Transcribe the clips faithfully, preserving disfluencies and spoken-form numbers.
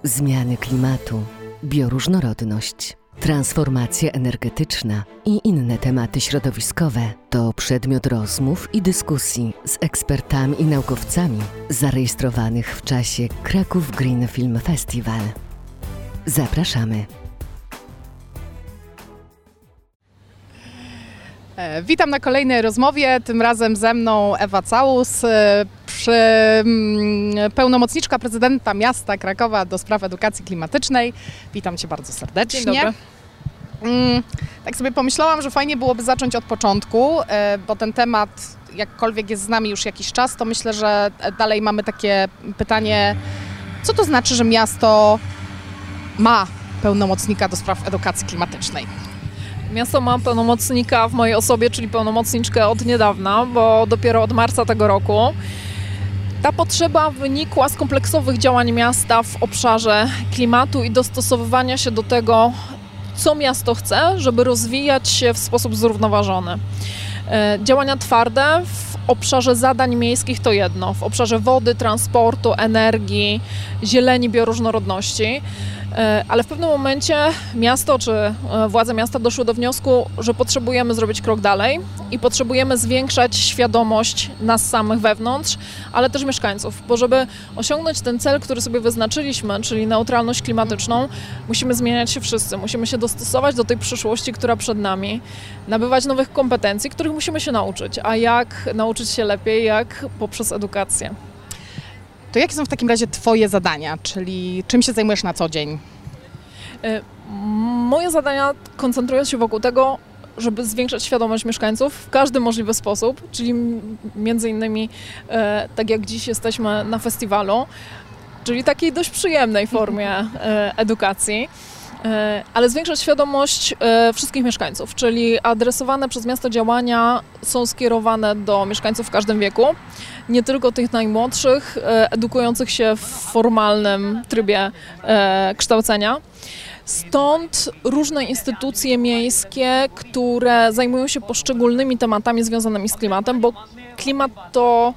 zmiany klimatu, bioróżnorodność, transformacja energetyczna i inne tematy środowiskowe to przedmiot rozmów i dyskusji z ekspertami i naukowcami zarejestrowanych w czasie Kraków Green Film Festival. Zapraszamy. Witam na kolejnej rozmowie, tym razem ze mną Ewa Całus, przy, pełnomocniczka prezydenta miasta Krakowa do spraw edukacji klimatycznej. Witam Cię bardzo serdecznie. Dzień dobry. Tak sobie pomyślałam, że fajnie byłoby zacząć od początku, bo ten temat, jakkolwiek jest z nami już jakiś czas, to myślę, że dalej mamy takie pytanie, co to znaczy, że miasto ma pełnomocnika do spraw edukacji klimatycznej? Miasto ma pełnomocnika w mojej osobie, czyli pełnomocniczkę od niedawna, bo dopiero od marca tego roku. Ta potrzeba wynikła z kompleksowych działań miasta w obszarze klimatu i dostosowywania się do tego, co miasto chce, żeby rozwijać się w sposób zrównoważony. Działania twarde w obszarze zadań miejskich to jedno, w obszarze wody, transportu, energii, zieleni, bioróżnorodności. Ale w pewnym momencie miasto czy władze miasta doszły do wniosku, że potrzebujemy zrobić krok dalej i potrzebujemy zwiększać świadomość nas samych wewnątrz, ale też mieszkańców, bo żeby osiągnąć ten cel, który sobie wyznaczyliśmy, czyli neutralność klimatyczną, musimy zmieniać się wszyscy, musimy się dostosować do tej przyszłości, która przed nami, nabywać nowych kompetencji, których musimy się nauczyć, a jak nauczyć się lepiej, jak poprzez edukację. To jakie są w takim razie Twoje zadania, czyli czym się zajmujesz na co dzień? Moje zadania koncentrują się wokół tego, żeby zwiększać świadomość mieszkańców w każdy możliwy sposób, czyli między innymi tak jak dziś jesteśmy na festiwalu, czyli takiej dość przyjemnej formie edukacji. Ale zwiększać świadomość wszystkich mieszkańców, czyli adresowane przez miasto działania są skierowane do mieszkańców w każdym wieku, nie tylko tych najmłodszych, edukujących się w formalnym trybie kształcenia. Stąd różne instytucje miejskie, które zajmują się poszczególnymi tematami związanymi z klimatem, bo klimat to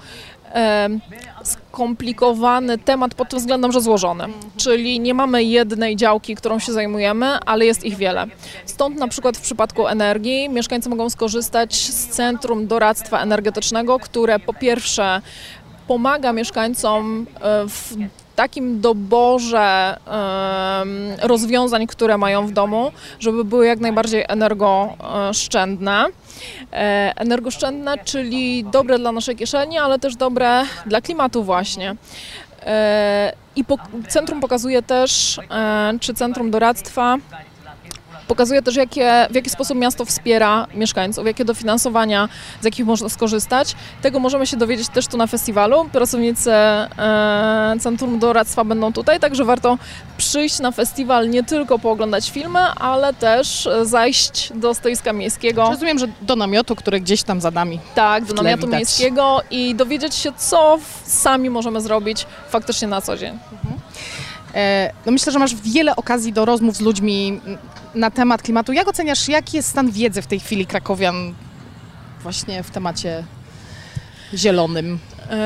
skomplikowany temat pod tym względem, że złożony. Czyli nie mamy jednej działki, którą się zajmujemy, ale jest ich wiele. Stąd na przykład w przypadku energii mieszkańcy mogą skorzystać z Centrum Doradztwa Energetycznego, które po pierwsze pomaga mieszkańcom w takim doborze um, rozwiązań, które mają w domu, żeby były jak najbardziej energooszczędne. E, energooszczędne, czyli dobre dla naszej kieszeni, ale też dobre dla klimatu właśnie. E, I po, centrum pokazuje też, e, czy Centrum Doradztwa pokazuje też, jakie, w jaki sposób miasto wspiera mieszkańców, jakie dofinansowania, z jakich można skorzystać. Tego możemy się dowiedzieć też tu na festiwalu. Pracownicy e, Centrum Doradztwa będą tutaj, także warto przyjść na festiwal, nie tylko pooglądać filmy, ale też zajść do stoiska miejskiego. Rozumiem, że do namiotu, który gdzieś tam za nami. Tak, do namiotu widać. miejskiego i dowiedzieć się, co sami możemy zrobić faktycznie na co dzień. Mhm. No myślę, że masz wiele okazji do rozmów z ludźmi na temat klimatu. Jak oceniasz, jaki jest stan wiedzy w tej chwili krakowian właśnie w temacie zielonym?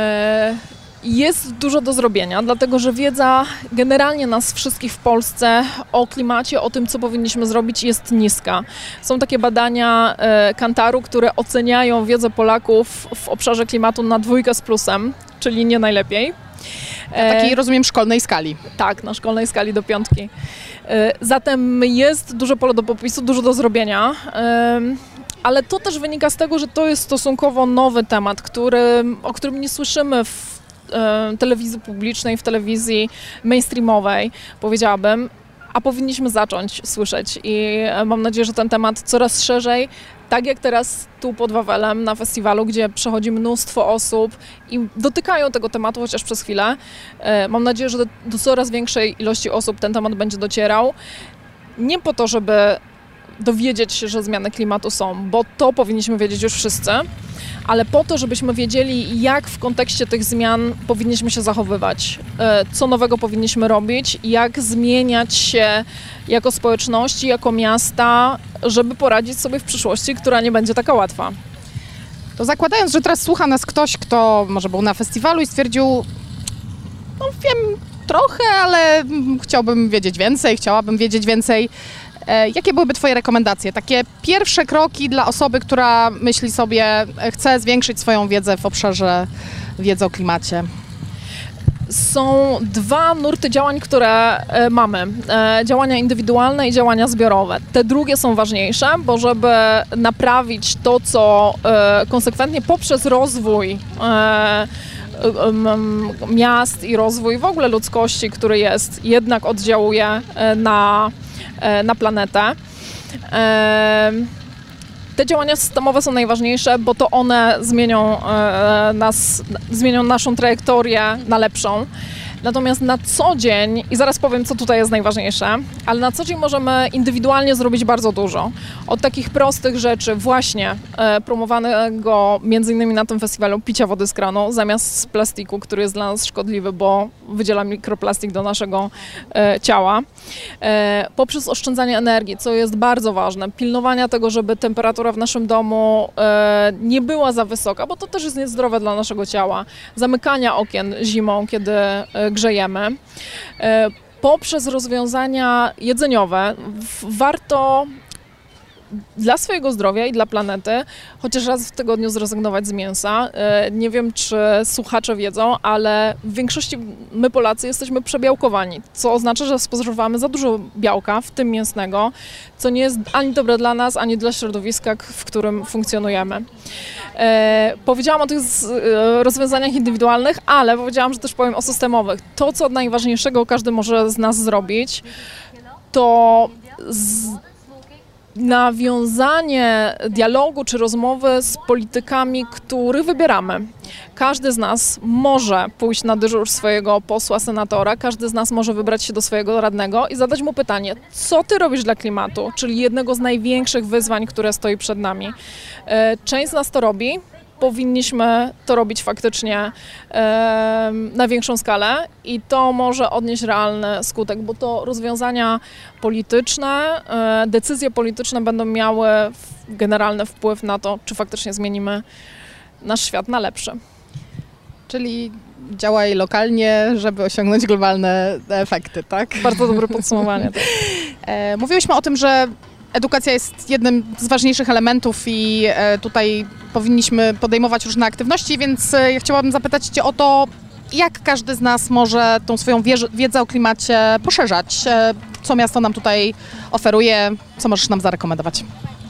Jest dużo do zrobienia, dlatego że wiedza generalnie nas wszystkich w Polsce o klimacie, o tym, co powinniśmy zrobić, jest niska. Są takie badania Kantaru, które oceniają wiedzę Polaków w obszarze klimatu na dwójkę z plusem, czyli nie najlepiej. Na takiej, rozumiem, szkolnej skali. Tak, na szkolnej skali do piątki. Zatem jest dużo pole do popisu, dużo do zrobienia, ale to też wynika z tego, że to jest stosunkowo nowy temat, który, o którym nie słyszymy w telewizji publicznej, w telewizji mainstreamowej, powiedziałabym, a powinniśmy zacząć słyszeć i mam nadzieję, że ten temat coraz szerzej, tak jak teraz tu pod Wawelem na festiwalu, gdzie przechodzi mnóstwo osób i dotykają tego tematu chociaż przez chwilę. Mam nadzieję, że do, do coraz większej ilości osób ten temat będzie docierał. Nie po to, żeby dowiedzieć się, że zmiany klimatu są, bo to powinniśmy wiedzieć już wszyscy, ale po to, żebyśmy wiedzieli, jak w kontekście tych zmian powinniśmy się zachowywać, co nowego powinniśmy robić, jak zmieniać się jako społeczności, jako miasta, żeby poradzić sobie w przyszłości, która nie będzie taka łatwa. To zakładając, że teraz słucha nas ktoś, kto może był na festiwalu i stwierdził, no wiem trochę, ale chciałbym wiedzieć więcej, chciałabym wiedzieć więcej. Jakie byłyby Twoje rekomendacje? Takie pierwsze kroki dla osoby, która myśli sobie, chce zwiększyć swoją wiedzę w obszarze wiedzy o klimacie. Są dwa nurty działań, które e, mamy. E, działania indywidualne i działania zbiorowe. Te drugie są ważniejsze, bo żeby naprawić to, co e, konsekwentnie poprzez rozwój e, miast i rozwój w ogóle ludzkości, który jest, jednak oddziałuje na, na planetę. Te działania systemowe są najważniejsze, bo to one zmienią nas, zmienią naszą trajektorię na lepszą. Natomiast na co dzień, i zaraz powiem, co tutaj jest najważniejsze, ale na co dzień możemy indywidualnie zrobić bardzo dużo. Od takich prostych rzeczy, właśnie e, promowanego między innymi na tym festiwalu picia wody z kranu, zamiast z plastiku, który jest dla nas szkodliwy, bo wydziela mikroplastik do naszego e, ciała. E, poprzez oszczędzanie energii, co jest bardzo ważne, pilnowania tego, żeby temperatura w naszym domu e, nie była za wysoka, bo to też jest niezdrowe dla naszego ciała. Zamykania okien zimą, kiedy e, grzejemy. Poprzez rozwiązania jedzeniowe warto dla swojego zdrowia i dla planety chociaż raz w tygodniu zrezygnować z mięsa. Nie wiem, czy słuchacze wiedzą, ale w większości my Polacy jesteśmy przebiałkowani, co oznacza, że spożywamy za dużo białka, w tym mięsnego, co nie jest ani dobre dla nas, ani dla środowiska, w którym funkcjonujemy. E, powiedziałam o tych z, e, rozwiązaniach indywidualnych, ale powiedziałam, że też powiem o systemowych. To, co najważniejszego każdy może z nas zrobić, to z, nawiązanie dialogu czy rozmowy z politykami, których wybieramy. Każdy z nas może pójść na dyżur swojego posła, senatora, każdy z nas może wybrać się do swojego radnego i zadać mu pytanie, co ty robisz dla klimatu, czyli jednego z największych wyzwań, które stoi przed nami. Część z nas to robi. Powinniśmy to robić faktycznie e, na większą skalę i to może odnieść realny skutek, bo to rozwiązania polityczne, e, decyzje polityczne będą miały generalny wpływ na to, czy faktycznie zmienimy nasz świat na lepszy. Czyli działaj lokalnie, żeby osiągnąć globalne efekty, tak? Bardzo dobre podsumowanie. Tak. E, mówiłyśmy o tym, że edukacja jest jednym z ważniejszych elementów i tutaj powinniśmy podejmować różne aktywności, więc ja chciałabym zapytać Cię o to, jak każdy z nas może tą swoją wiedzę o klimacie poszerzać. Co miasto nam tutaj oferuje, co możesz nam zarekomendować?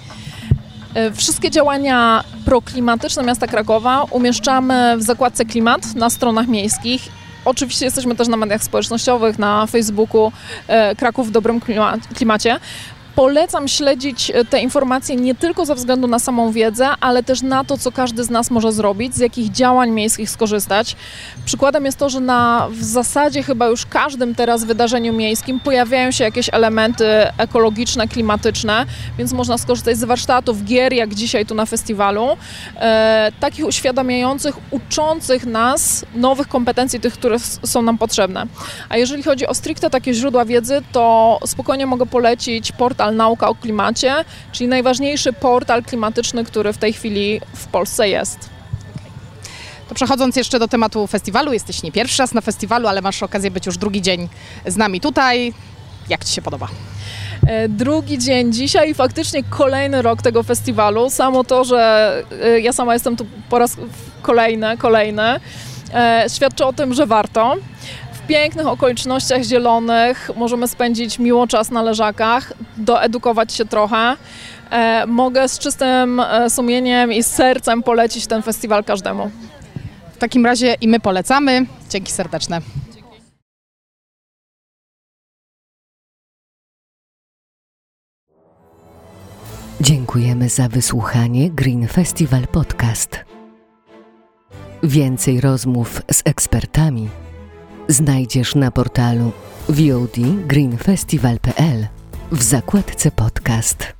Wszystkie działania proklimatyczne miasta Krakowa umieszczamy w zakładce Klimat na stronach miejskich. Oczywiście jesteśmy też na mediach społecznościowych, na Facebooku Kraków w dobrym klimacie. Polecam śledzić te informacje nie tylko ze względu na samą wiedzę, ale też na to, co każdy z nas może zrobić, z jakich działań miejskich skorzystać. Przykładem jest to, że na w zasadzie chyba już każdym teraz wydarzeniu miejskim pojawiają się jakieś elementy ekologiczne, klimatyczne, więc można skorzystać z warsztatów, gier, jak dzisiaj tu na festiwalu, e, takich uświadamiających, uczących nas nowych kompetencji, tych, które są nam potrzebne. A jeżeli chodzi o stricte takie źródła wiedzy, to spokojnie mogę polecić portal Nauka o Klimacie, czyli najważniejszy portal klimatyczny, który w tej chwili w Polsce jest. To przechodząc jeszcze do tematu festiwalu, jesteś nie pierwszy raz na festiwalu, ale masz okazję być już drugi dzień z nami tutaj. Jak Ci się podoba? Drugi dzień dzisiaj i faktycznie kolejny rok tego festiwalu. Samo to, że ja sama jestem tu po raz kolejny, kolejny, świadczy o tym, że warto. W pięknych okolicznościach zielonych możemy spędzić miło czas na leżakach, doedukować się trochę. E, mogę z czystym sumieniem i z sercem polecić ten festiwal każdemu. W takim razie i my polecamy. Dzięki serdeczne. Dziękujemy za wysłuchanie Green Festival Podcast. Więcej rozmów z ekspertami znajdziesz na portalu v o d green festival kropka p l w zakładce podcast.